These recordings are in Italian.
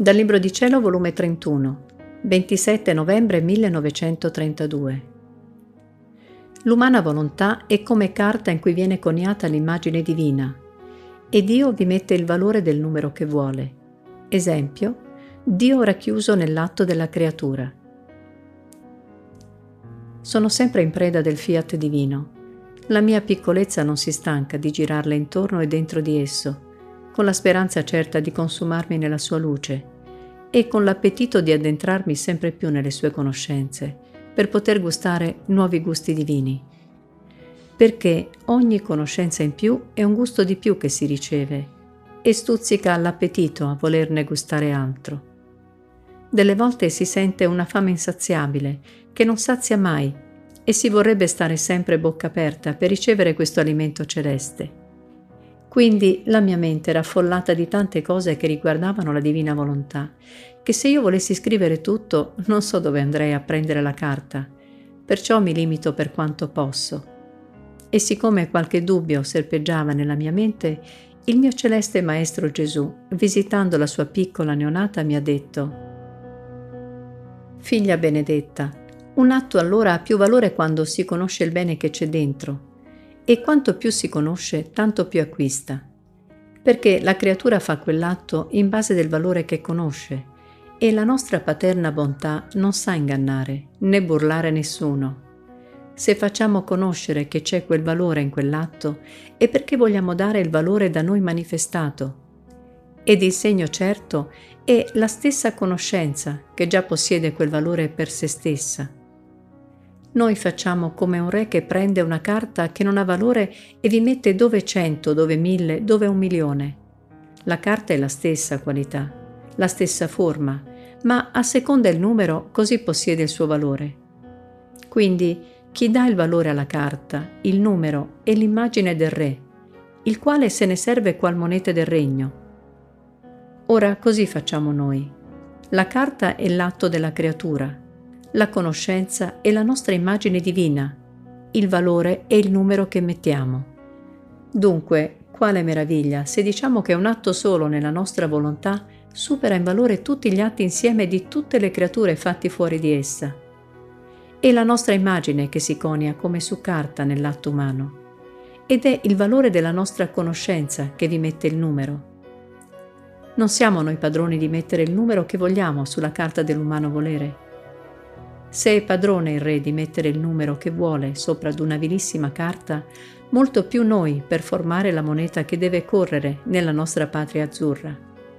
Dal Libro di Cielo, volume 31, 27 novembre 1932. L'umana volontà è come carta in cui viene coniata l'immagine divina e Dio vi mette il valore del numero che vuole. Esempio, Dio racchiuso nell'atto della creatura. Sono sempre in preda del fiat divino. La mia piccolezza non si stanca di girarle intorno e dentro di esso, con la speranza certa di consumarmi nella sua luce e con l'appetito di addentrarmi sempre più nelle sue conoscenze, per poter gustare nuovi gusti divini. Perché ogni conoscenza in più è un gusto di più che si riceve e stuzzica l'appetito a volerne gustare altro. Delle volte si sente una fame insaziabile che non sazia mai e si vorrebbe stare sempre bocca aperta per ricevere questo alimento celeste. Quindi la mia mente era affollata di tante cose che riguardavano la divina volontà, che se io volessi scrivere tutto non so dove andrei a prendere la carta, perciò mi limito per quanto posso. E siccome qualche dubbio serpeggiava nella mia mente, il mio celeste Maestro Gesù, visitando la sua piccola neonata, mi ha detto: «Figlia benedetta, un atto allora ha più valore quando si conosce il bene che c'è dentro, e quanto più si conosce, tanto più acquista, perché la creatura fa quell'atto in base del valore che conosce, e la nostra paterna bontà non sa ingannare né burlare nessuno. Se facciamo conoscere che c'è quel valore in quell'atto, è perché vogliamo dare il valore da noi manifestato, ed il segno certo è la stessa conoscenza che già possiede quel valore per se stessa. Noi facciamo come un re che prende una carta che non ha valore e vi mette dove 100, dove 1000, dove 1.000.000. La carta è la stessa qualità, la stessa forma, ma a seconda il numero così possiede il suo valore. Quindi chi dà il valore alla carta, il numero è l'immagine del re, il quale se ne serve qual monete del regno. Ora così facciamo noi. La carta è l'atto della creatura. La conoscenza è la nostra immagine divina, il valore è il numero che mettiamo. Dunque, quale meraviglia se diciamo che un atto solo nella nostra volontà supera in valore tutti gli atti insieme di tutte le creature fatti fuori di essa. È la nostra immagine che si conia come su carta nell'atto umano, ed è il valore della nostra conoscenza che vi mette il numero. Non siamo noi padroni di mettere il numero che vogliamo sulla carta dell'umano volere. Se è padrone il re di mettere il numero che vuole sopra ad una vilissima carta, molto più noi per formare la moneta che deve correre nella nostra patria azzurra.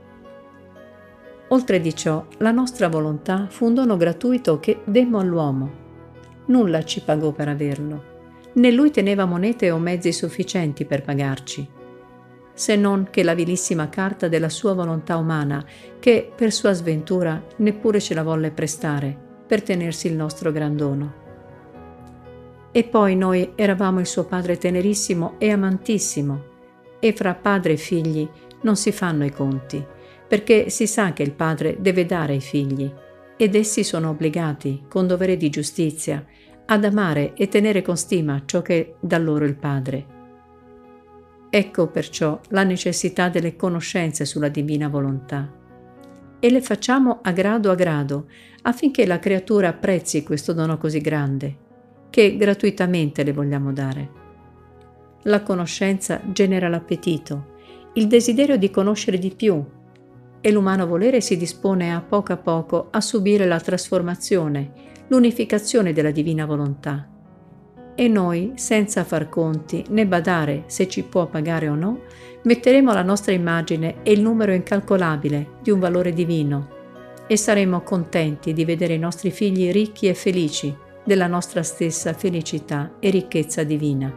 Oltre di ciò, la nostra volontà fu un dono gratuito che demmo all'uomo. Nulla ci pagò per averlo, né lui teneva monete o mezzi sufficienti per pagarci, se non che la vilissima carta della sua volontà umana, che per sua sventura neppure ce la volle prestare, per tenersi il nostro gran dono. E poi noi eravamo il suo padre tenerissimo e amantissimo, e fra padre e figli non si fanno i conti, perché si sa che il padre deve dare ai figli, ed essi sono obbligati, con dovere di giustizia, ad amare e tenere con stima ciò che dà loro il padre. Ecco perciò la necessità delle conoscenze sulla divina volontà. E le facciamo a grado, affinché la creatura apprezzi questo dono così grande, che gratuitamente le vogliamo dare. La conoscenza genera l'appetito, il desiderio di conoscere di più, e l'umano volere si dispone a poco a subire la trasformazione, l'unificazione della divina volontà. E noi, senza far conti né badare se ci può pagare o no, metteremo la nostra immagine e il numero incalcolabile di un valore divino e saremo contenti di vedere i nostri figli ricchi e felici della nostra stessa felicità e ricchezza divina.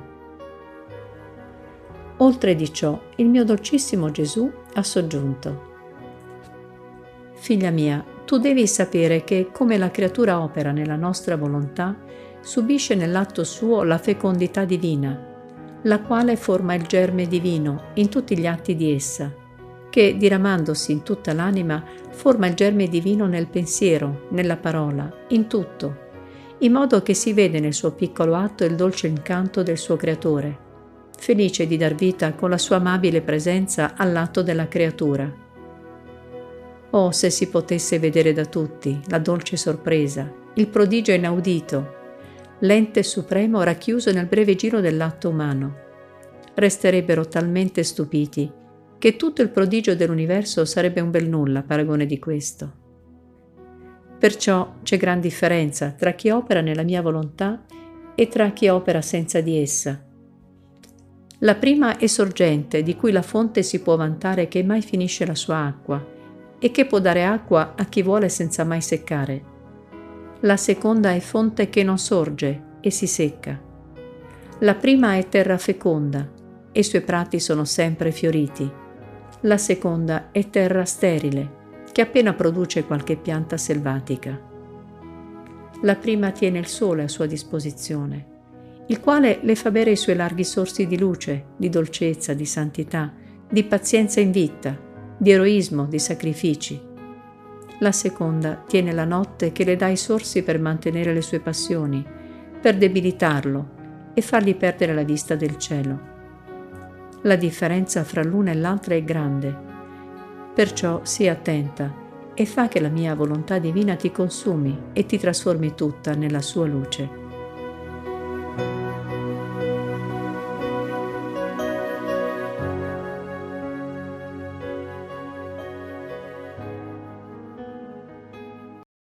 Oltre di ciò, il mio dolcissimo Gesù ha soggiunto: «Figlia mia, tu devi sapere che come la creatura opera nella nostra volontà, subisce nell'atto suo la fecondità divina, la quale forma il germe divino in tutti gli atti di essa, che diramandosi in tutta l'anima forma il germe divino nel pensiero, nella parola, in tutto, in modo che si vede nel suo piccolo atto il dolce incanto del suo creatore, felice di dar vita con la sua amabile presenza all'atto della creatura. Oh, se si potesse vedere da tutti la dolce sorpresa, il prodigio inaudito, l'ente supremo racchiuso nel breve giro dell'atto umano, resterebbero talmente stupiti che tutto il prodigio dell'universo sarebbe un bel nulla a paragone di questo. Perciò c'è gran differenza tra chi opera nella mia volontà e tra chi opera senza di essa. La prima è sorgente di cui la fonte si può vantare che mai finisce la sua acqua e che può dare acqua a chi vuole senza mai seccare. La seconda è fonte che non sorge e si secca. La prima è terra feconda e i suoi prati sono sempre fioriti. La seconda è terra sterile che appena produce qualche pianta selvatica. La prima tiene il sole a sua disposizione, il quale le fa bere i suoi larghi sorsi di luce, di dolcezza, di santità, di pazienza in vita, di eroismo, di sacrifici. La seconda tiene la notte che le dà i sorsi per mantenere le sue passioni, per debilitarlo e fargli perdere la vista del cielo. La differenza fra l'una e l'altra è grande, perciò sii attenta e fa che la mia volontà divina ti consumi e ti trasformi tutta nella sua luce.